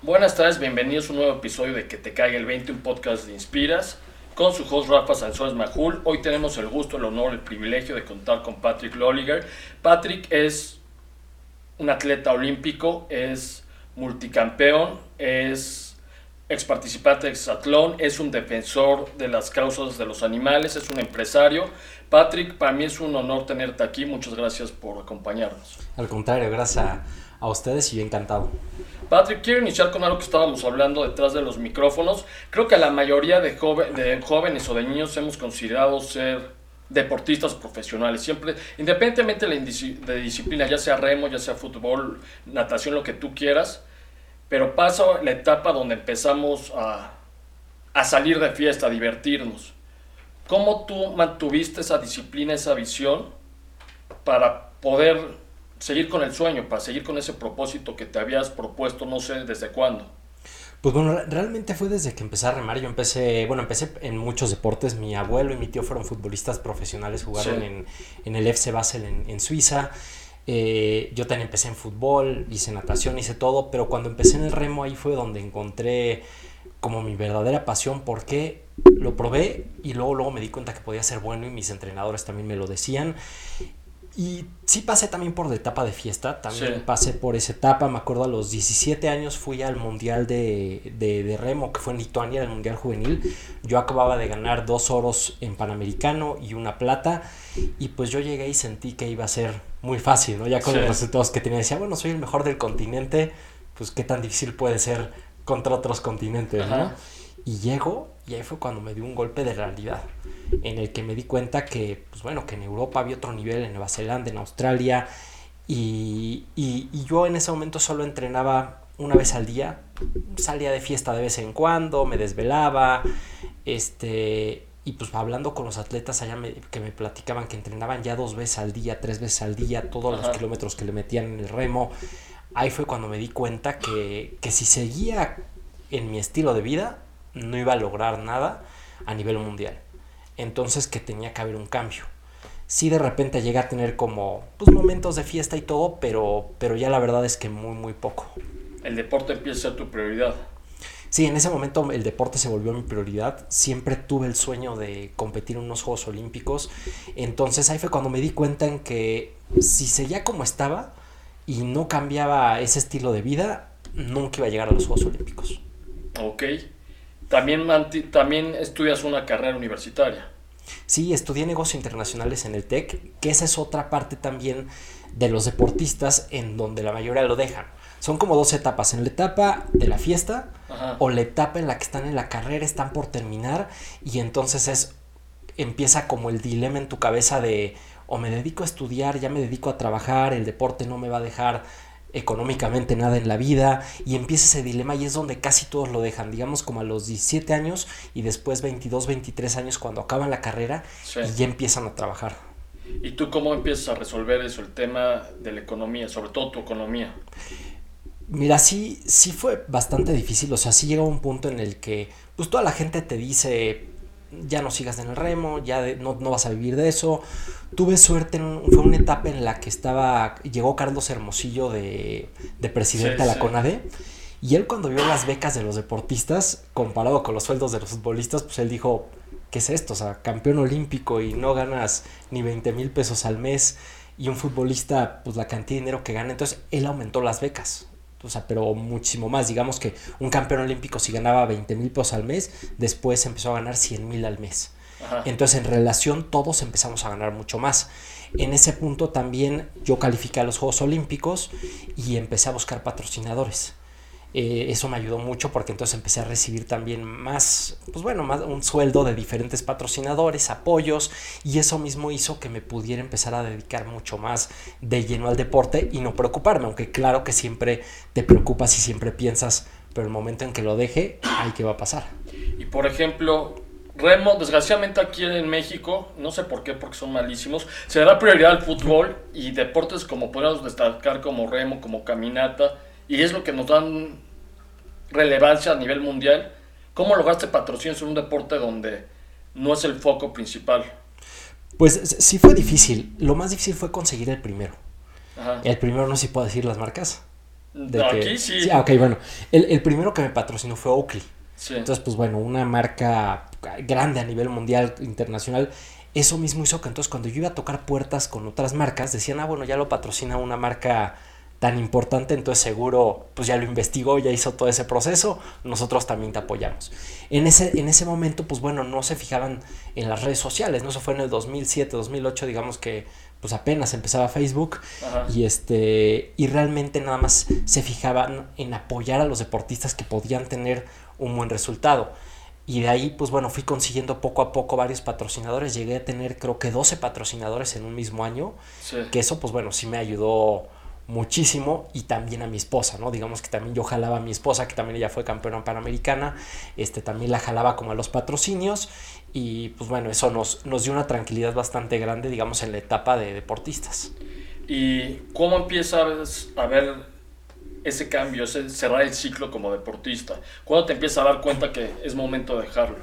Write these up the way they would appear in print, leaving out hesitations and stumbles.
Buenas tardes, bienvenidos a un nuevo episodio de Que te caiga el 20, un podcast de Inspiras, con su host Rafa Sansores Majul. Hoy tenemos el gusto, el honor, el privilegio de contar con Patrick Lolliger. Patrick es un atleta olímpico, es multicampeón, es ex participante de hexatlón, es un defensor de las causas de los animales, es un empresario. Patrick, para mí es un honor tenerte aquí, muchas gracias por acompañarnos. Al contrario, gracias a ustedes y yo encantado. Patrick, quiero iniciar con algo que estábamos hablando detrás de los micrófonos. Creo que la mayoría de jóvenes o de niños hemos considerado ser deportistas profesionales. Siempre, independientemente de disciplina, ya sea remo, ya sea fútbol, natación, lo que tú quieras, pero pasa la etapa donde empezamos a salir de fiesta, a divertirnos. ¿Cómo tú mantuviste esa disciplina, esa visión para poder seguir con el sueño, para seguir con ese propósito que te habías propuesto, no sé desde cuándo? Pues bueno, realmente fue desde que empecé a remar. Yo empecé en muchos deportes. Mi abuelo y mi tío fueron futbolistas profesionales, jugaron en el FC Basel en Suiza. Yo también empecé en fútbol, hice natación, hice todo, pero cuando empecé en el remo ahí fue donde encontré como mi verdadera pasión, porque lo probé y luego me di cuenta que podía ser bueno y mis entrenadores también me lo decían. Y sí pasé también por la etapa de fiesta, también pasé por esa etapa. Me acuerdo, a los 17 años fui al mundial de remo, que fue en Lituania, el mundial juvenil. Yo acababa de ganar 2 oros en Panamericano y una plata, y pues yo llegué y sentí que iba a ser muy fácil, ¿no? Ya con los resultados que tenía, decía, bueno, soy el mejor del continente, pues qué tan difícil puede ser contra otros continentes, ¿no? Y llego, y ahí fue cuando me dio un golpe de realidad, en el que me di cuenta que, pues bueno, que en Europa había otro nivel, en Nueva Zelanda, en Australia, y yo en ese momento solo entrenaba una vez al día, salía de fiesta de vez en cuando, me desvelaba, y pues hablando con los atletas allá que me platicaban que entrenaban ya 2 veces al día, 3 veces al día, todos los kilómetros que le metían en el remo. Ahí fue cuando me di cuenta que si seguía en mi estilo de vida, no iba a lograr nada a nivel mundial. Entonces que tenía que haber un cambio. Sí, de repente llegué a tener como pues momentos de fiesta y todo, pero ya la verdad es que muy poco. El deporte empieza a ser tu prioridad. Sí, en ese momento el deporte se volvió mi prioridad. Siempre tuve el sueño de competir en unos Juegos Olímpicos. Entonces ahí fue cuando me di cuenta en que si seguía como estaba y no cambiaba ese estilo de vida, nunca iba a llegar a los Juegos Olímpicos. Ok. También estudias una carrera universitaria. Sí, estudié negocios internacionales en el TEC, que esa es otra parte también de los deportistas en donde la mayoría lo dejan. Son como 2 etapas, en la etapa de la fiesta o la etapa en la que están en la carrera, están por terminar, y entonces empieza como el dilema en tu cabeza de o me dedico a estudiar, ya me dedico a trabajar, el deporte no me va a dejar económicamente nada en la vida, y empieza ese dilema, y es donde casi todos lo dejan, digamos como a los 17 años y después 22, 23 años cuando acaban la carrera y ya empiezan a trabajar. ¿Y tú cómo empiezas a resolver eso, el tema de la economía, sobre todo tu economía? Mira, sí fue bastante difícil, o sea, sí llega un punto en el que pues toda la gente te dice ya no sigas en el remo, ya no vas a vivir de eso. Tuve suerte, fue una etapa en la que llegó Carlos Hermosillo de presidente a la CONADE, y él, cuando vio las becas de los deportistas comparado con los sueldos de los futbolistas, pues él dijo, ¿qué es esto? O sea, campeón olímpico y no ganas ni 20,000 pesos al mes, y un futbolista, pues la cantidad de dinero que gana. Entonces él aumentó las becas, o sea, pero muchísimo más. Digamos que un campeón olímpico, si ganaba 20,000 pesos al mes, después empezó a ganar 100,000 al mes. Entonces, en relación, todos empezamos a ganar mucho más. En ese punto también yo califiqué a los Juegos Olímpicos y empecé a buscar patrocinadores. Eso me ayudó mucho, porque entonces empecé a recibir también más un sueldo de diferentes patrocinadores, apoyos, y eso mismo hizo que me pudiera empezar a dedicar mucho más de lleno al deporte y no preocuparme, aunque claro que siempre te preocupas y siempre piensas, pero el momento en que lo deje, ay, ¿qué va a pasar? Y por ejemplo, remo, desgraciadamente aquí en México, no sé por qué, porque son malísimos, se da prioridad al fútbol, y deportes como podemos destacar como remo, como caminata, y es lo que nos dan relevancia a nivel mundial. ¿Cómo lograste patrocinios en un deporte donde no es el foco principal? Pues sí fue difícil. Lo más difícil fue conseguir el primero. El primero, no sé si puedo decir las marcas. Aquí sí. Sí, ok, bueno. El primero que me patrocinó fue Oakley. Sí. Entonces, pues bueno, una marca grande a nivel mundial, internacional. Eso mismo hizo que entonces cuando yo iba a tocar puertas con otras marcas, decían, bueno, ya lo patrocina una marca tan importante, entonces seguro pues ya lo investigó, ya hizo todo ese proceso, nosotros también te apoyamos. En ese momento, pues bueno, no se fijaban en las redes sociales, ¿no? Eso fue en el 2007, 2008, digamos que pues apenas empezaba Facebook. Ajá. Y realmente nada más se fijaban en apoyar a los deportistas que podían tener un buen resultado. Y de ahí, pues bueno, fui consiguiendo poco a poco varios patrocinadores. Llegué a tener creo que 12 patrocinadores en un mismo año. Sí. Que eso, pues bueno, sí me ayudó muchísimo. Y también a mi esposa, ¿no? Digamos que también yo jalaba a mi esposa, que también ella fue campeona panamericana. También la jalaba como a los patrocinios. Y pues bueno, eso nos dio una tranquilidad bastante grande, digamos, en la etapa de deportistas. ¿Y cómo empiezas a ver ese cambio, ese cerrar el ciclo como deportista? ¿Cuándo te empiezas a dar cuenta que es momento de dejarlo?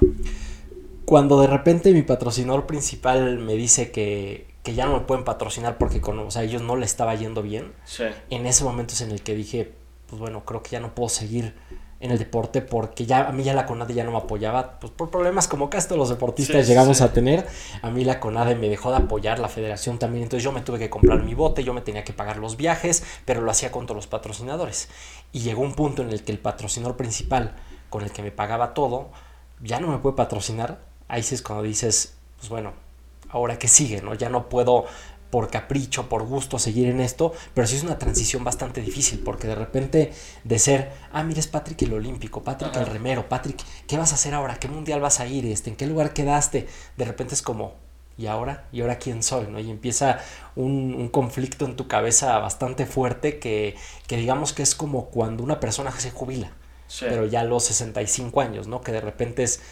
Cuando de repente mi patrocinador principal me dice que ya no me pueden patrocinar porque a ellos no le estaba yendo bien. Sí. En ese momento es en el que dije, pues bueno, creo que ya no puedo seguir en el deporte porque ya a mí ya la CONADE ya no me apoyaba, pues por problemas como casi todos los deportistas llegamos a tener. A mí la CONADE me dejó de apoyar, la federación también, entonces yo me tuve que comprar mi bote, yo me tenía que pagar los viajes, pero lo hacía con todos los patrocinadores. Y llegó un punto en el que el patrocinador principal, con el que me pagaba todo, ya no me puede patrocinar. Ahí sí es cuando dices, pues bueno, ahora qué sigue, ¿no? Ya no puedo por capricho, por gusto seguir en esto, pero sí es una transición bastante difícil, porque de repente de ser, mira, es Patrick el olímpico, Patrick el remero, Patrick, ¿qué vas a hacer ahora? ¿Qué mundial vas a ir? ¿En qué lugar quedaste? De repente es como, ¿y ahora quién soy? ¿No? Y empieza un conflicto en tu cabeza bastante fuerte que digamos que es como cuando una persona se jubila, pero ya a los 65 años, ¿no? Que de repente es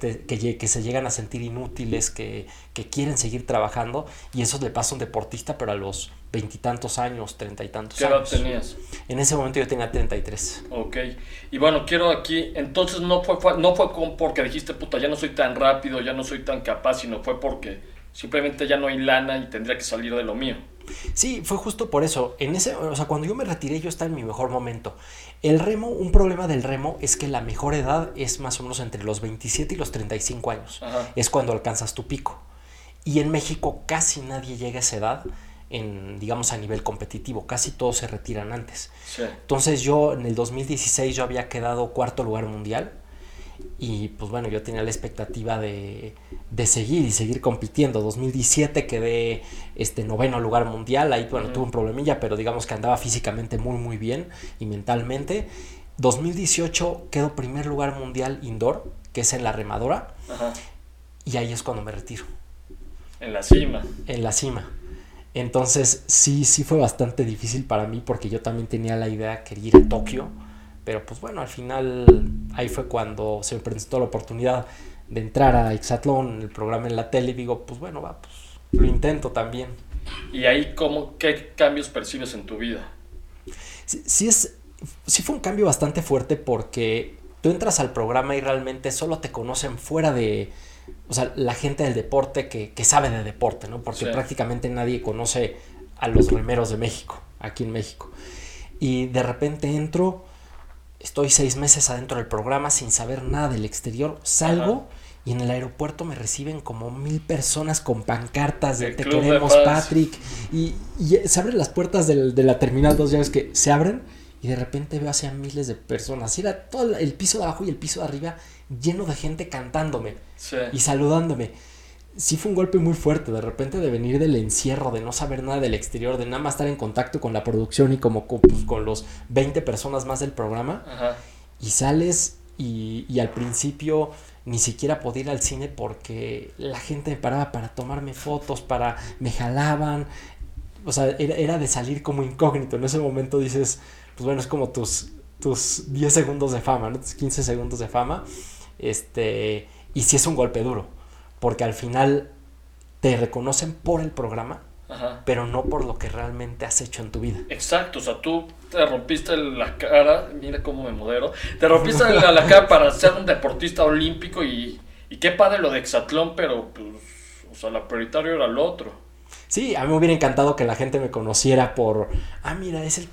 que se llegan a sentir inútiles, que quieren seguir trabajando, y eso le pasa a un deportista, pero a los 20 y tantos años, 30 y tantos años. ¿Qué edad tenías? En ese momento yo tenía 33. Ok, y bueno, quiero aquí, entonces no fue porque dijiste, puta, ya no soy tan rápido, ya no soy tan capaz, sino fue porque simplemente ya no hay lana y tendría que salir de lo mío. Sí, fue justo por eso. Cuando yo me retiré, yo estaba en mi mejor momento. El remo, un problema del remo es que la mejor edad es más o menos entre los 27 y los 35 años. Ajá. Es cuando alcanzas tu pico. Y en México casi nadie llega a esa edad, digamos a nivel competitivo. Casi todos se retiran antes. Sí. Entonces yo en el 2016 yo había quedado cuarto lugar mundial. Y pues bueno, yo tenía la expectativa de seguir compitiendo. 2017 quedé noveno lugar mundial. Ahí bueno, tuve un problemilla, pero digamos que andaba físicamente muy muy bien y mentalmente. 2018 quedo primer lugar mundial indoor, que es en la remadora. Ajá. Y ahí es cuando me retiro. En la cima. En la cima. Entonces sí fue bastante difícil para mí, porque yo también tenía la idea de querer ir a Tokio. Pero pues bueno, al final ahí fue cuando se me presentó la oportunidad de entrar a Exatlón, el programa en la tele, y digo, pues bueno, pues lo intento también. ¿Y ahí qué cambios percibes en tu vida? Sí fue un cambio bastante fuerte, porque tú entras al programa y realmente solo te conocen fuera de, la gente del deporte que sabe de deporte, ¿no? Porque prácticamente nadie conoce a los remeros de México, aquí en México. Y de repente entro. Estoy 6 meses adentro del programa sin saber nada del exterior. Salgo y en el aeropuerto me reciben como 1,000 personas con pancartas de te queremos, Patrick. Y se abren las puertas de la Terminal 2, ya ves que se abren, y de repente veo hacia miles de personas. Y era todo el piso de abajo y el piso de arriba lleno de gente cantándome y saludándome. Sí fue un golpe muy fuerte, de repente, de venir del encierro, de no saber nada del exterior, de nada más estar en contacto con la producción y como con los 20 personas más del programa. Ajá. Y sales y al principio ni siquiera podía ir al cine porque la gente me paraba para tomarme fotos, me jalaban. Era de salir como incógnito. En ese momento dices, pues bueno, es como tus 10 segundos de fama, ¿no? Tus 15 segundos de fama. Y sí es un golpe duro, porque al final te reconocen por el programa, pero no por lo que realmente has hecho en tu vida. Exacto, tú te rompiste la cara, mira cómo me modero, te rompiste la cara para ser un deportista olímpico y qué padre lo de Exatlón, pero pues, la prioritario era lo otro. Sí, a mí me hubiera encantado que la gente me conociera por, mira, es el que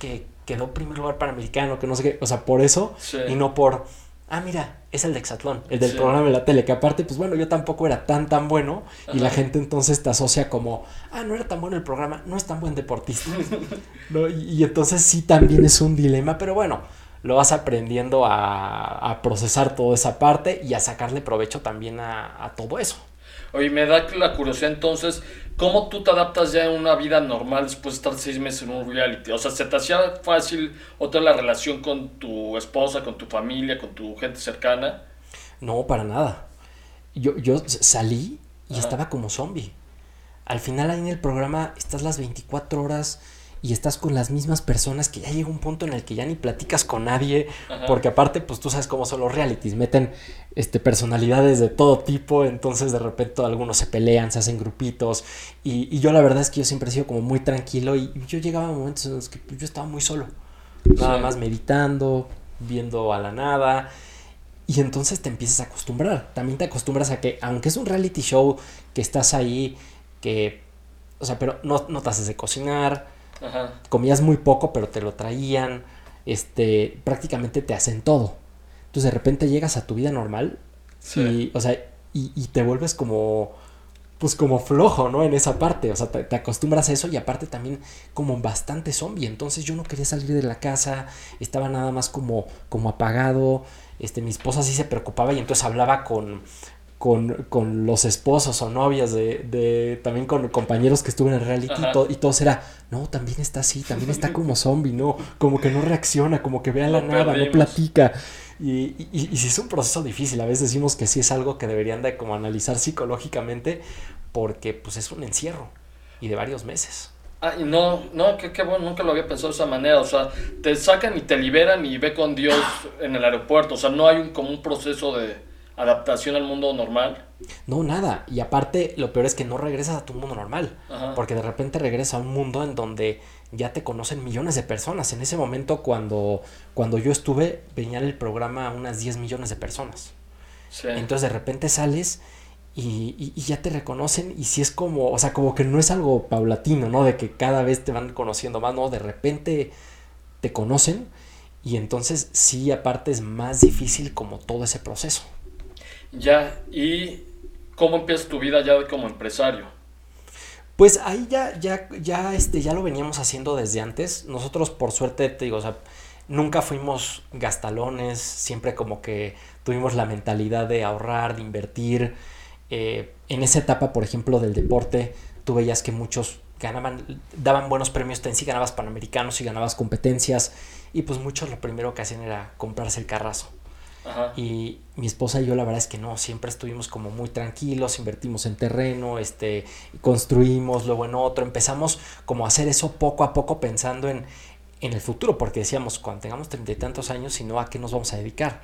quedó primer lugar panamericano, que no sé qué, o sea, por eso, Sí. y no por, mira, es el de hexatlón, el del Sí. programa de la tele, que aparte, pues bueno, yo tampoco era tan bueno, y la Ajá. gente entonces te asocia como, no era tan bueno el programa, no es tan buen deportista, ¿no? Y entonces sí también es un dilema, pero bueno, lo vas aprendiendo a procesar toda esa parte y a sacarle provecho también a todo eso. Oye, me da la curiosidad entonces, ¿cómo tú te adaptas ya en una vida normal después de estar 6 meses en un reality? O sea, ¿se te hacía fácil otra la relación con tu esposa, con tu familia, con tu gente cercana? No, para nada. Yo salí y Ajá. estaba como zombie. Al final ahí en el programa estás las 24 horas y estás con las mismas personas que ya llega un punto en el que ya ni platicas con nadie, Ajá. porque aparte pues tú sabes cómo son los realities, meten personalidades de todo tipo, entonces de repente algunos se pelean, se hacen grupitos y yo la verdad es que yo siempre he sido como muy tranquilo y yo llegaba a momentos en los que yo estaba muy solo, Sí. nada más meditando, viendo a la nada. Y entonces te empiezas a acostumbrar. También te acostumbras a que, aunque es un reality show, que estás ahí, que, o sea, pero no te haces de cocinar, Ajá. comías muy poco, pero te lo traían, prácticamente te hacen todo. Entonces de repente llegas a tu vida normal Sí. y, o sea, y te vuelves como, pues como flojo, ¿no? En esa parte, o sea, te acostumbras a eso y aparte también como bastante zombie. Entonces yo no quería salir de la casa, estaba nada más como apagado. Mi esposa sí se preocupaba y entonces hablaba con los esposos o novias también con compañeros que estuvo en el reality Ajá. y todos era, no, también está así, también está como zombie, no, como que no reacciona, como que ve a la Lo nada, no perdimos. platica. Y sí es un proceso difícil, a veces decimos que sí es algo que deberían de como analizar psicológicamente porque pues es un encierro y de varios meses. Y no, qué bueno, nunca lo había pensado de esa manera. O sea, te sacan y te liberan y ve con Dios en el aeropuerto. O sea, no hay como un proceso de adaptación al mundo normal. No, nada. Y aparte, lo peor es que no regresas a tu mundo normal. Ajá. Porque de repente regresas a un mundo en donde ya te conocen millones de personas. En ese momento, cuando yo estuve, venían el programa unas 10 millones de personas. Sí. Entonces de repente sales y ya te reconocen. Y si es como, o sea, como que no es algo paulatino, ¿no? De que cada vez te van conociendo más, ¿no? De repente te conocen. Y entonces sí, aparte es más difícil como todo ese proceso. Ya, ¿y cómo empieza tu vida ya como empresario? Pues ahí ya lo veníamos haciendo desde antes. Nosotros, por suerte, te digo, o sea, nunca fuimos gastalones, siempre como que tuvimos la mentalidad de ahorrar, de invertir. En esa etapa, por ejemplo, del deporte, tú veías que muchos daban buenos premios, en sí ganabas panamericanos y ganabas competencias, y pues muchos lo primero que hacían era comprarse el carrazo. Ajá. Y mi esposa y yo la verdad es que no, siempre estuvimos como muy tranquilos, invertimos en terreno, construimos, luego en otro, empezamos como a hacer eso poco a poco pensando en el futuro, porque decíamos, cuando tengamos 30 y tantos años, si no, ¿a qué nos vamos a dedicar?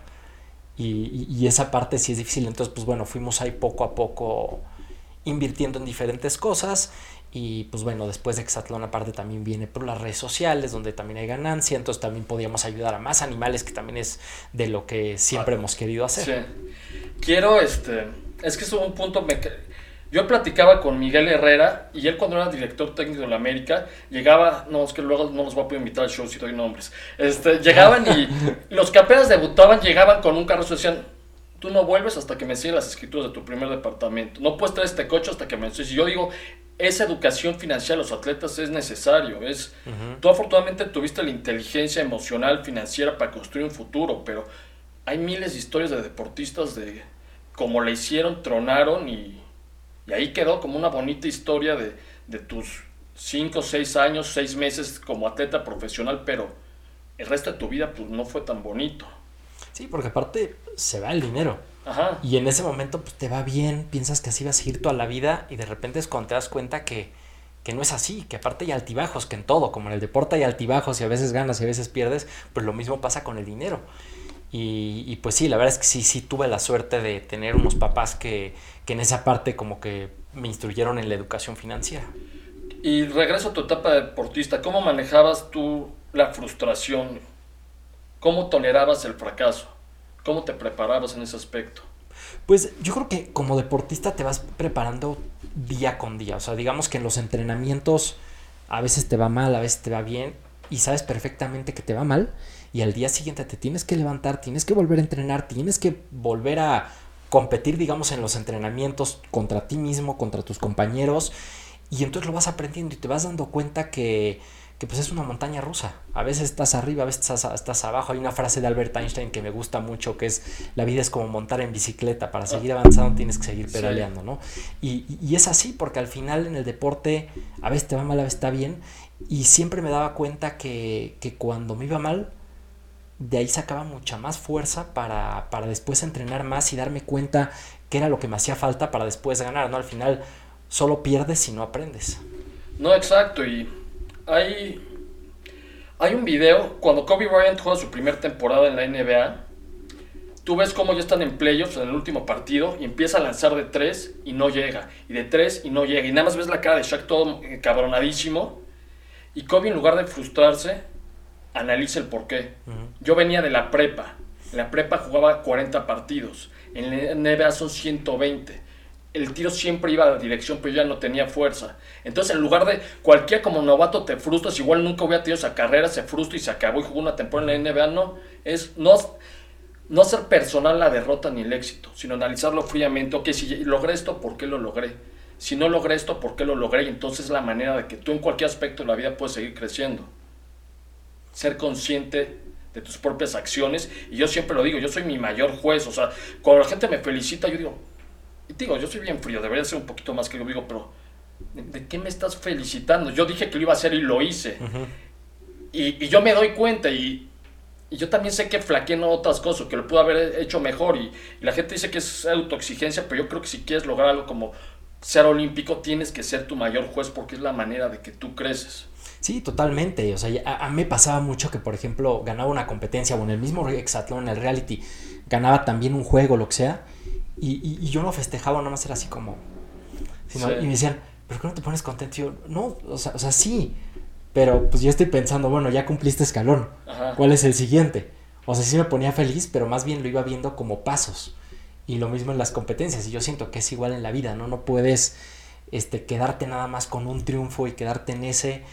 Y esa parte sí es difícil, entonces pues bueno, fuimos ahí poco a poco invirtiendo en diferentes cosas y pues bueno, después de Exatlón aparte también viene por las redes sociales donde también hay ganancia, entonces también podíamos ayudar a más animales que también es de lo que siempre hemos querido hacer. Sí. Quiero, es que es un punto, yo platicaba con Miguel Herrera y él cuando era director técnico de la América, llegaba, no, es que luego no los voy a poder invitar al show si doy nombres, llegaban y los que apenas debutaban llegaban con un carro y decían, tú no vuelves hasta que me enseñes las escrituras de tu primer departamento, no puedes traer este coche hasta que me enseñes. Y yo digo, esa educación financiera a los atletas es necesario, tú afortunadamente tuviste la inteligencia emocional financiera para construir un futuro, pero hay miles de historias de deportistas de cómo le hicieron, tronaron y ahí quedó como una bonita historia de tus 5 6 años, 6 meses como atleta profesional, pero el resto de tu vida pues no fue tan bonito. Sí, porque aparte se va el dinero. Ajá. Y en ese momento pues te va bien, piensas que así va a seguir toda la vida y de repente es cuando te das cuenta que no es así, que aparte hay altibajos, que en todo, como en el deporte hay altibajos y a veces ganas y a veces pierdes, pues lo mismo pasa con el dinero. Y pues sí, la verdad es que sí tuve la suerte de tener unos papás que en esa parte como que me instruyeron en la educación financiera. Y regreso a tu etapa de deportista, ¿cómo manejabas tú la frustración? ¿Cómo tolerabas el fracaso? ¿Cómo te preparabas en ese aspecto? Pues yo creo que como deportista te vas preparando día con día. O sea, digamos que en los entrenamientos a veces te va mal, a veces te va bien. y sabes perfectamente que te va mal y al día siguiente te tienes que levantar, tienes que volver a entrenar, tienes que volver a competir, digamos, en los entrenamientos contra ti mismo, contra tus compañeros, y entonces lo vas aprendiendo y te vas dando cuenta que pues es una montaña rusa. A veces estás arriba, a veces estás abajo. Hay una frase de Albert Einstein que me gusta mucho, que es: la vida es como montar en bicicleta, para seguir avanzando tienes que seguir pedaleando, ¿no? Y es así, porque al final en el deporte a veces te va mal, a veces está bien, y siempre me daba cuenta que cuando me iba mal, de ahí sacaba mucha más fuerza para después entrenar más y darme cuenta que era lo que me hacía falta para después ganar, ¿no? Al final solo pierdes si no aprendes. No, exacto, y hay un video cuando Kobe Bryant juega su primera temporada en la NBA. Tú ves cómo ya están en playoffs en el último partido y empieza a lanzar de 3 y no llega, y de 3 y no llega, y nada más ves la cara de Shaq todo cabronadísimo, y Kobe, en lugar de frustrarse, analiza el porqué. Yo venía de la prepa. En la prepa jugaba 40 partidos. En la NBA son 120. El tiro siempre iba a la dirección, pero ya no tenía fuerza. Entonces, en lugar de cualquier como novato te frustras, igual nunca hubiera tenido esa carrera, se frustra y se acabó y jugó una temporada en la NBA. No, es no hacer personal la derrota ni el éxito, sino analizarlo fríamente. Ok, si logré esto, ¿por qué lo logré? Si no logré esto, ¿por qué lo logré? Y entonces es la manera de que tú en cualquier aspecto de la vida puedes seguir creciendo. Ser consciente de tus propias acciones, y yo siempre lo digo, yo soy mi mayor juez. O sea, cuando la gente me felicita, yo digo, yo soy bien frío, debería ser un poquito más que yo digo, pero ¿de qué me estás felicitando? Yo dije que lo iba a hacer y lo hice. Y yo me doy cuenta, y yo también sé que flaqueé en otras cosas, que lo pude haber hecho mejor, y la gente dice que es autoexigencia, pero yo creo que si quieres lograr algo como ser olímpico, tienes que ser tu mayor juez, porque es la manera de que tú creces. Sí, totalmente. O sea, a mí me pasaba mucho que, por ejemplo, ganaba una competencia o en el mismo hexatlón, en el reality, ganaba también un juego, lo que sea, y yo no festejaba, nada más era así como... Sino, sí. Y me decían, ¿pero qué no te pones contento? Y yo, no, o sea, sí, pero pues yo estoy pensando, bueno, ya cumpliste escalón, ajá, ¿cuál es el siguiente? O sea, sí me ponía feliz, pero más bien lo iba viendo como pasos. Y lo mismo en las competencias, y yo siento que es igual en la vida, ¿no? No puedes quedarte nada más con un triunfo y quedarte en ese...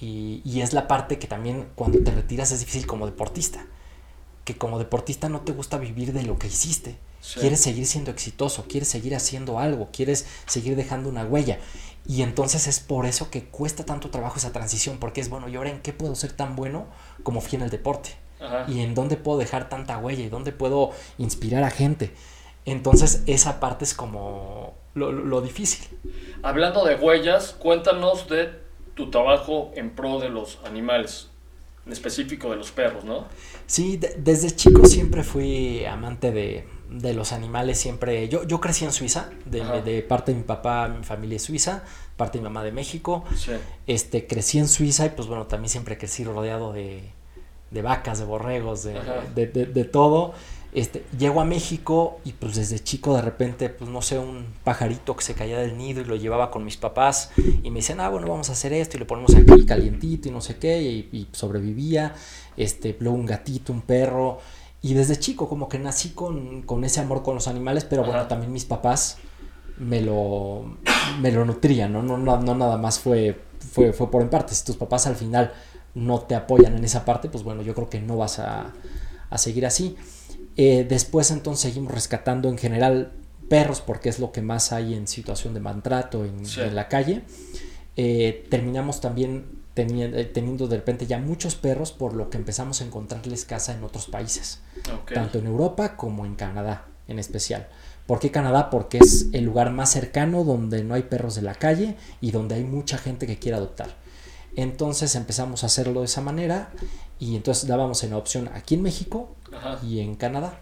Y es la parte que también cuando te retiras es difícil como deportista, que como deportista no te gusta vivir de lo que hiciste, sí. Quieres seguir siendo exitoso, quieres seguir haciendo algo, quieres seguir dejando una huella, y entonces es por eso que cuesta tanto trabajo esa transición, porque es bueno, ¿y ahora en qué puedo ser tan bueno como fui en el deporte? Ajá. Y en dónde puedo dejar tanta huella y dónde puedo inspirar a gente. Entonces esa parte es como lo difícil. Hablando de huellas, cuéntanos de tu trabajo en pro de los animales, en específico de los perros, ¿no? Sí, desde chico siempre fui amante de los animales, siempre. Yo crecí en Suiza, de parte de mi papá, mi familia es suiza, parte de mi mamá de México. Sí. Crecí en Suiza y pues bueno, también siempre crecí rodeado de vacas, de borregos, de todo. Llego a México y pues desde chico de repente, pues no sé, un pajarito que se caía del nido y lo llevaba con mis papás y me decían, bueno, vamos a hacer esto y lo ponemos aquí calientito y no sé qué, y sobrevivía. Luego un gatito, un perro, y desde chico como que nací con ese amor con los animales, pero bueno, también mis papás me lo nutrían, no nada más fue por en parte. Si tus papás al final no te apoyan en esa parte, pues bueno, yo creo que no vas a seguir así. Después entonces seguimos rescatando en general perros porque es lo que más hay en situación de maltrato en la calle. Terminamos también teniendo de repente ya muchos perros, por lo que empezamos a encontrarles casa en otros países, tanto en Europa como en Canadá en especial. ¿Por qué Canadá? Porque es el lugar más cercano donde no hay perros de la calle y donde hay mucha gente que quiere adoptar. Entonces empezamos a hacerlo de esa manera y entonces dábamos en opción aquí en México y en Canadá.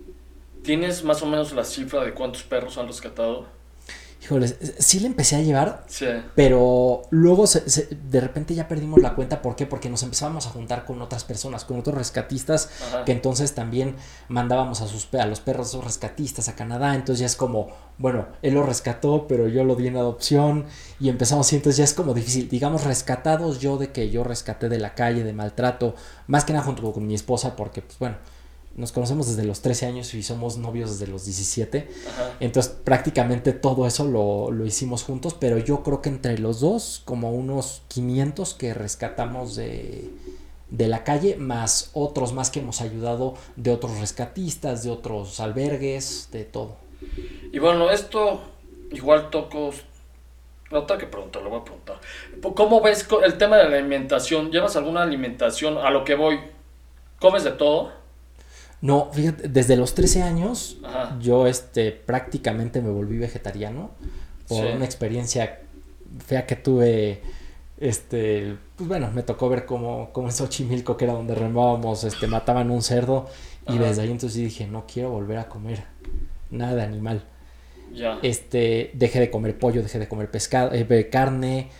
¿Tienes más o menos la cifra de cuántos perros han rescatado? Híjoles, sí le empecé a llevar, sí. Pero luego de repente ya perdimos la cuenta. ¿Por qué? Porque nos empezábamos a juntar con otras personas, con otros rescatistas, que entonces también mandábamos a los perros, esos rescatistas a Canadá. Entonces ya es como, bueno, él lo rescató, pero yo lo di en adopción y empezamos, y entonces ya es como difícil. Digamos, rescatados yo de que yo rescaté de la calle, de maltrato, más que nada junto con mi esposa, porque pues bueno, nos conocemos desde los 13 años y somos novios desde los 17. Entonces prácticamente todo eso lo hicimos juntos, pero yo creo que entre los dos como unos 500 que rescatamos de de la calle, más otros más que hemos ayudado de otros rescatistas, de otros albergues, de todo. Y bueno, esto igual toco. No tengo que preguntar, lo voy a preguntar. ¿Cómo ves el tema de la alimentación? ¿Llevas alguna alimentación? A lo que voy, ¿comes de todo? No, fíjate, desde los 13 años Ajá. yo prácticamente me volví vegetariano por Sí. una experiencia fea que tuve. Pues bueno, me tocó ver cómo en Xochimilco, que era donde remábamos, mataban un cerdo, y Ajá. desde ahí entonces dije, no quiero volver a comer nada de animal. Ya. Dejé de comer pollo, dejé de comer pescado, carne,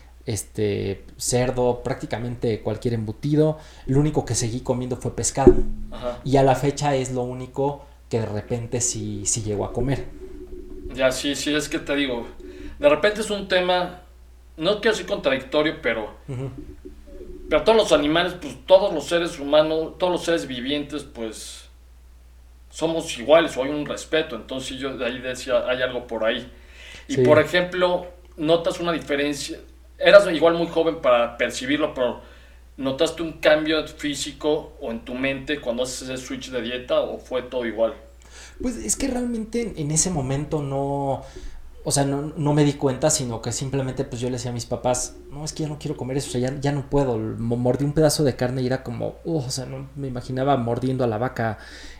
cerdo, prácticamente cualquier embutido. Lo único que seguí comiendo fue pescado. Ajá. Y a la fecha es lo único que de repente sí llego a comer. Ya, sí, sí, es que te digo. De repente es un tema. No quiero ser contradictorio, pero. Uh-huh. Pero todos los animales, pues todos los seres humanos, todos los seres vivientes, pues. Somos iguales o hay un respeto. Entonces yo de ahí decía, hay algo por ahí. Y Sí. por ejemplo, notas una diferencia. Eras igual muy joven para percibirlo, pero ¿notaste un cambio físico o en tu mente cuando haces ese switch de dieta o fue todo igual? Pues es que realmente en ese momento no, o sea, no me di cuenta, sino que simplemente pues yo le decía a mis papás, no, es que ya no quiero comer eso, o sea, ya no puedo. Mordí un pedazo de carne y era como, o sea, no me imaginaba mordiendo a la vaca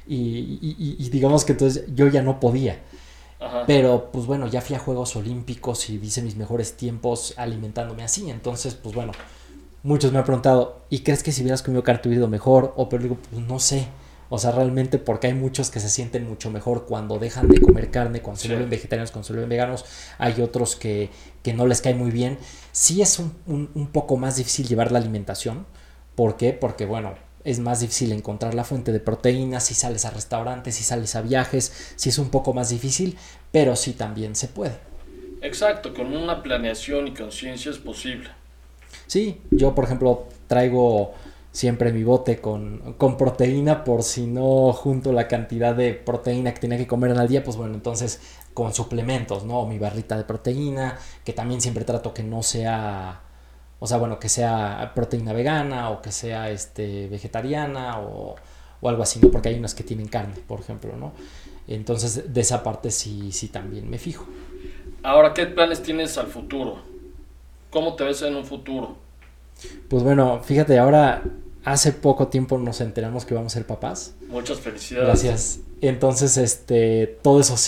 y digamos que entonces yo ya no podía. Ajá. Pero pues bueno, ya fui a Juegos Olímpicos y hice mis mejores tiempos alimentándome así. Entonces, pues bueno, muchos me han preguntado, ¿y crees que si hubieras comido carne te hubiera ido mejor? O pero digo, pues no sé. O sea, realmente porque hay muchos que se sienten mucho mejor cuando dejan de comer carne, cuando se Sí. vuelven vegetarianos, cuando se vuelven veganos. Hay otros que no les cae muy bien. Sí es un poco más difícil llevar la alimentación. ¿Por qué? Porque bueno, es más difícil encontrar la fuente de proteínas si sales a restaurantes, si sales a viajes. Sí es un poco más difícil, pero sí también se puede. Exacto, con una planeación y conciencia es posible. Sí, yo por ejemplo traigo siempre mi bote con proteína por si no junto la cantidad de proteína que tenía que comer al día, pues bueno, entonces con suplementos, ¿no? Mi barrita de proteína, que también siempre trato que no sea, o sea, bueno, que sea proteína vegana o que sea vegetariana o algo así, ¿no? Porque hay unas que tienen carne, por ejemplo, ¿no? Entonces de esa parte sí también me fijo. Ahora, ¿qué planes tienes al futuro? ¿Cómo te ves en un futuro? Pues bueno, fíjate, ahora hace poco tiempo nos enteramos que vamos a ser papás. Muchas felicidades. Gracias. Entonces, todo eso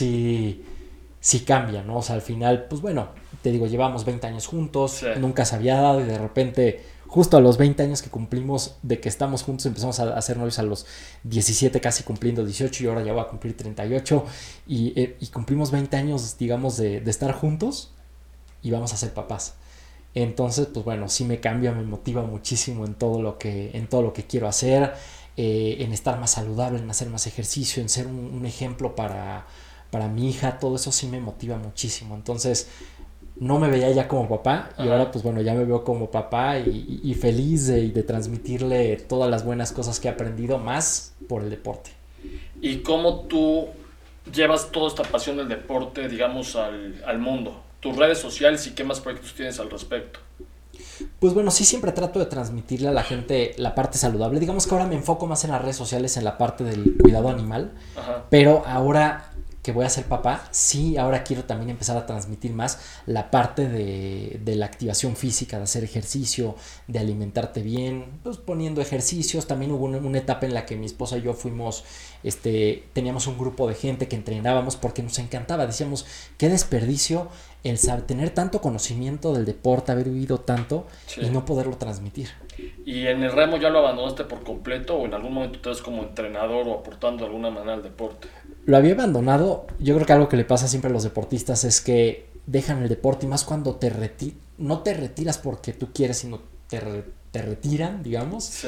sí cambia, ¿no? O sea, al final, pues bueno, te digo, llevamos 20 años juntos, Sí. nunca se había dado y de repente, justo a los 20 años que cumplimos de que estamos juntos, empezamos a hacer novios a los 17, casi cumpliendo 18 y ahora ya voy a cumplir 38 y cumplimos 20 años, digamos, de estar juntos y vamos a ser papás. Entonces, pues bueno, sí me cambia, me motiva muchísimo en todo lo que quiero hacer, en estar más saludable, en hacer más ejercicio, en ser un ejemplo para mi hija, todo eso sí me motiva muchísimo. Entonces, no me veía ya como papá y Ajá. ahora pues bueno, ya me veo como papá y feliz de transmitirle todas las buenas cosas que he aprendido más por el deporte. ¿Y cómo tú llevas toda esta pasión del deporte, digamos, al mundo? Tus redes sociales y qué más proyectos tienes al respecto. Pues bueno, sí siempre trato de transmitirle a la gente la parte saludable. Digamos que ahora me enfoco más en las redes sociales, en la parte del cuidado animal. Ajá. Pero ahora que voy a ser papá, sí, ahora quiero también empezar a transmitir más la parte de la activación física, de hacer ejercicio, de alimentarte bien, pues poniendo ejercicios. También hubo una etapa en la que mi esposa y yo fuimos, teníamos un grupo de gente que entrenábamos porque nos encantaba. Decíamos, qué desperdicio el saber, tener tanto conocimiento del deporte, haber vivido tanto Sí. y no poderlo transmitir. ¿Y en el remo ya lo abandonaste por completo o en algún momento te ves como entrenador o aportando de alguna manera al deporte? Lo había abandonado. Yo creo que algo que le pasa siempre a los deportistas es que dejan el deporte y más cuando no te retiras porque tú quieres, sino te retiran, digamos. Sí.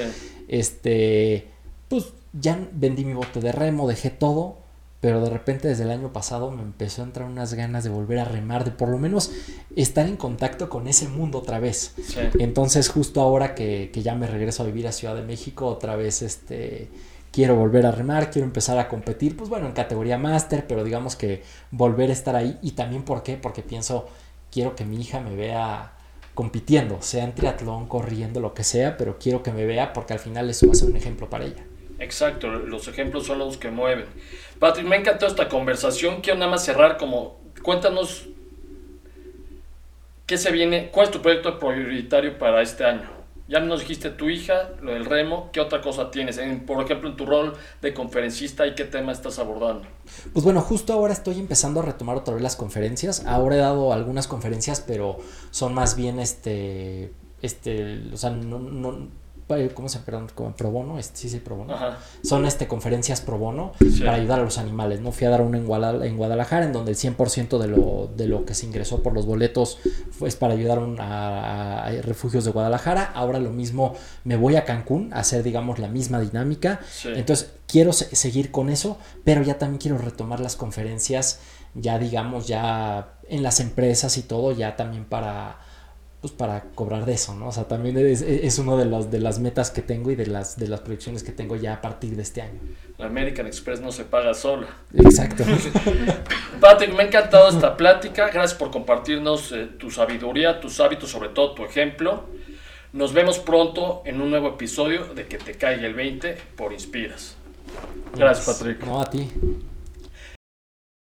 Pues ya vendí mi bote de remo, dejé todo, pero de repente desde el año pasado me empezó a entrar unas ganas de volver a remar, de por lo menos estar en contacto con ese mundo otra vez. Sí. Entonces justo ahora que ya me regreso a vivir a Ciudad de México, otra vez quiero volver a remar, quiero empezar a competir, pues bueno, en categoría máster, pero digamos que volver a estar ahí. Y también, ¿por qué? Porque pienso, quiero que mi hija me vea compitiendo, sea en triatlón, corriendo, lo que sea, pero quiero que me vea porque al final eso va a ser un ejemplo para ella. Exacto, los ejemplos son los que mueven. Patrick, me ha encantado esta conversación. Quiero nada más cerrar cuéntanos qué se viene, cuál es tu proyecto prioritario para este año. Ya nos dijiste tu hija, lo del remo, ¿qué otra cosa tienes? Por ejemplo, en tu rol de conferencista, ¿y qué tema estás abordando? Pues bueno, justo ahora estoy empezando a retomar otra vez las conferencias. Ahora he dado algunas conferencias, pero son más bien o sea, ¿cómo se perdón? Como pro bono, sí, pro bono. Ajá. Son conferencias pro bono, sí, para ayudar a los animales, ¿no? Fui a dar una en Guadalajara, en donde el 100% de lo que se ingresó por los boletos fue para ayudar a refugios de Guadalajara. Ahora lo mismo, me voy a Cancún a hacer, digamos, la misma dinámica. Sí. Entonces, quiero seguir con eso, pero ya también quiero retomar las conferencias, ya digamos, ya en las empresas y todo, ya también para cobrar de eso, ¿no? O sea, también es uno de las metas que tengo y de las proyecciones que tengo ya a partir de este año. La American Express no se paga sola. Exacto. Patrick, me ha encantado esta plática. Gracias por compartirnos tu sabiduría, tus hábitos, sobre todo tu ejemplo. Nos vemos pronto en un nuevo episodio de Que te caiga el 20 por Inspiras. Gracias, Patrick. No, a ti.